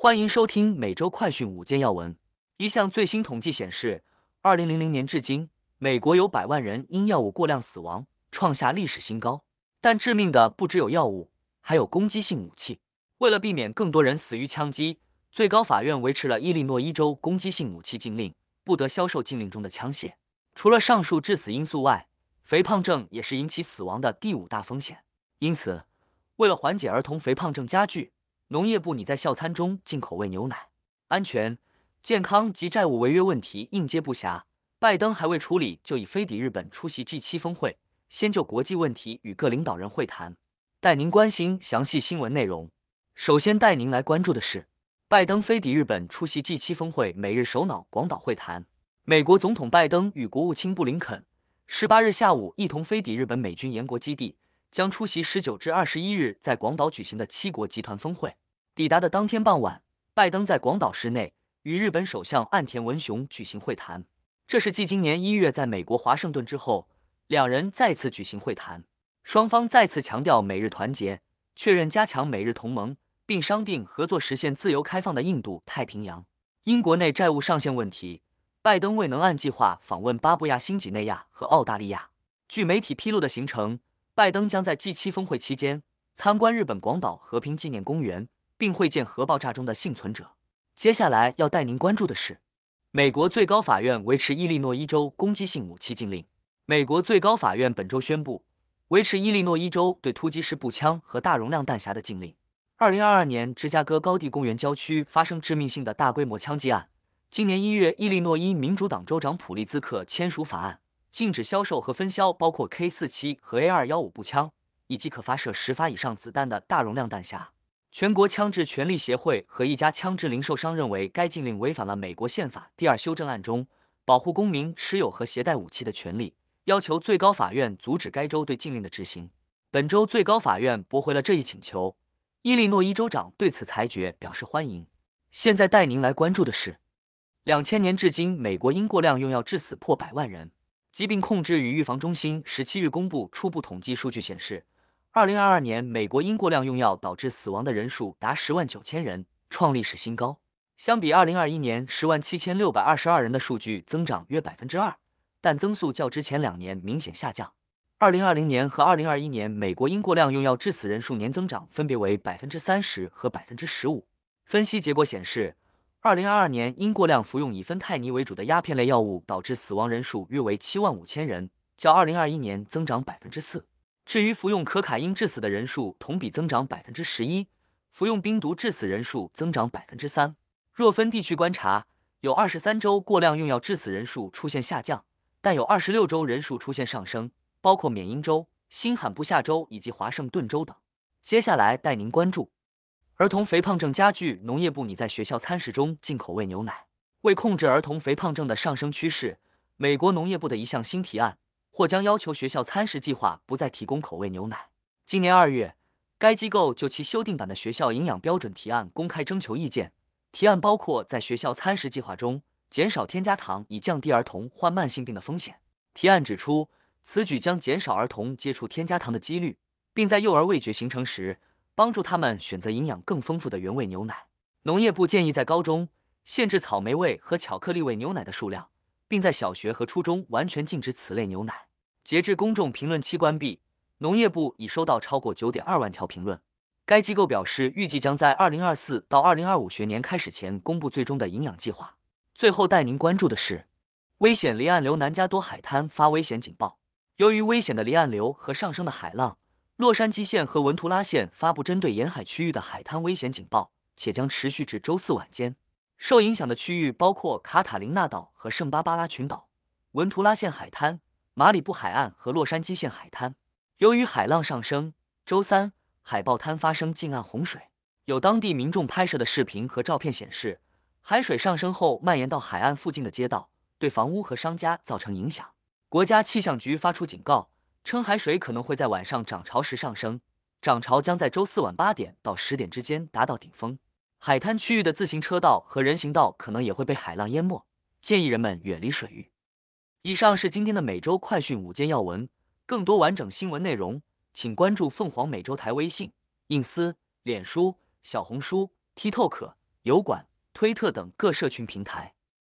欢迎收听每周快讯5件要闻。一项最新统计显示，2000年至今，美国有100万人因药物过量死亡，创下历史新高。但致命的不只有药物，还有攻击性武器。为了避免更多人死于枪击，最高法院维持了伊利诺伊州攻击性武器禁令，不得销售禁令中的枪械。除了上述致死因素外，肥胖症也是引起死亡的第5大风险。因此，为了缓解儿童肥胖症加剧，农业部拟在校餐中进口味牛奶。安全、健康及债务违约问题应接不暇，拜登还未处理就已飞抵日本出席 G7 峰会，先就国际问题与各领导人会谈。带您关心详细新闻内容。首先带您来关注的是，拜登飞抵日本出席 G7 峰会美日首脑广岛会谈。美国总统拜登与国务卿布林肯18日下午一同飞抵日本美军岩国基地，将出席19至21日在广岛举行的7国集团峰会。抵达的当天傍晚，拜登在广岛市内与日本首相岸田文雄举行会谈。这是继今年1月在美国华盛顿之后，两人再次举行会谈。双方再次强调美日团结，确认加强美日同盟，并商定合作实现自由开放的印度太平洋。因国内债务上限问题，拜登未能按计划访问巴布亚新几内亚和澳大利亚。据媒体披露的行程，拜登将在 G7 峰会期间参观日本广岛和平纪念公园，并会见核爆炸中的幸存者。接下来要带您关注的是，美国最高法院维持伊利诺伊州攻击性武器禁令。美国最高法院本周宣布，维持伊利诺伊州对突击式步枪和大容量弹匣的禁令。2022年，芝加哥高地公园郊区发生致命性的大规模枪击案。今年1月，伊利诺伊民主党州长普利兹克签署法案，禁止销售和分销包括 K47 和 A215步枪，以及可发射10发以上子弹的大容量弹匣。全国枪支权利协会和一家枪支零售商认为，该禁令违反了美国宪法第2修正案中保护公民持有和携带武器的权利，要求最高法院阻止该州对禁令的执行。本周最高法院驳回了这一请求，伊利诺伊州长对此裁决表示欢迎。现在带您来关注的是，2000年至今，美国因过量用药致死破100万人。疾病控制与预防中心17日公布初步统计数据显示，2022年美国因过量用药导致死亡的人数达10万9千人，创历史新高。相比2021年10万7622人的数据增长约2%，但增速较之前2年明显下降。2020年和2021年美国因过量用药致死人数年增长分别为30%和15%。分析结果显示，2022年因过量服用以芬太尼为主的鸦片类药物导致死亡人数约为7万5千人，较2021年增长4%。至于服用可卡因致死的人数同比增长11%，服用冰毒致死人数增长3%。若分地区观察，有23州过量用药致死人数出现下降，但有26州人数出现上升，包括缅因州、新罕布夏州以及华盛顿州等。接下来带您关注儿童肥胖症加剧，农业部拟在学校餐食中进口喂牛奶。为控制儿童肥胖症的上升趋势，美国农业部的一项新提案或将要求学校餐食计划不再提供口味牛奶。今年2月，该机构就其修订版的学校营养标准提案公开征求意见。提案包括在学校餐食计划中减少添加糖，以降低儿童患慢性病的风险。提案指出，此举将减少儿童接触添加糖的几率，并在幼儿味觉形成时帮助他们选择营养更丰富的原味牛奶。农业部建议在高中限制草莓味和巧克力味牛奶的数量，并在小学和初中完全禁止此类牛奶。截至公众评论期关闭，农业部已收到超过9.2万条评论。该机构表示，预计将在2024到2025学年开始前公布最终的营养计划。最后带您关注的是，危险离岸流南加多海滩发危险警报。由于危险的离岸流和上升的海浪，洛杉矶县和文图拉县发布针对沿海区域的海滩危险警报，且将持续至周4晚间。受影响的区域包括卡塔琳娜岛和圣巴巴拉群岛、文图拉县海滩、马里布海岸和洛杉矶县海滩。由于海浪上升，周3海豹滩发生近岸洪水。有当地民众拍摄的视频和照片显示，海水上升后蔓延到海岸附近的街道，对房屋和商家造成影响。国家气象局发出警告，称海水可能会在晚上涨潮时上升，涨潮将在周4晚8点到10点之间达到顶峰。海滩区域的自行车道和人行道可能也会被海浪淹没，建议人们远离水域。以上是今天的每周快讯5件要闻，更多完整新闻内容，请关注凤凰美洲台微信、隐私、脸书、小红书、TikTok。 油管、推特等各社群平台。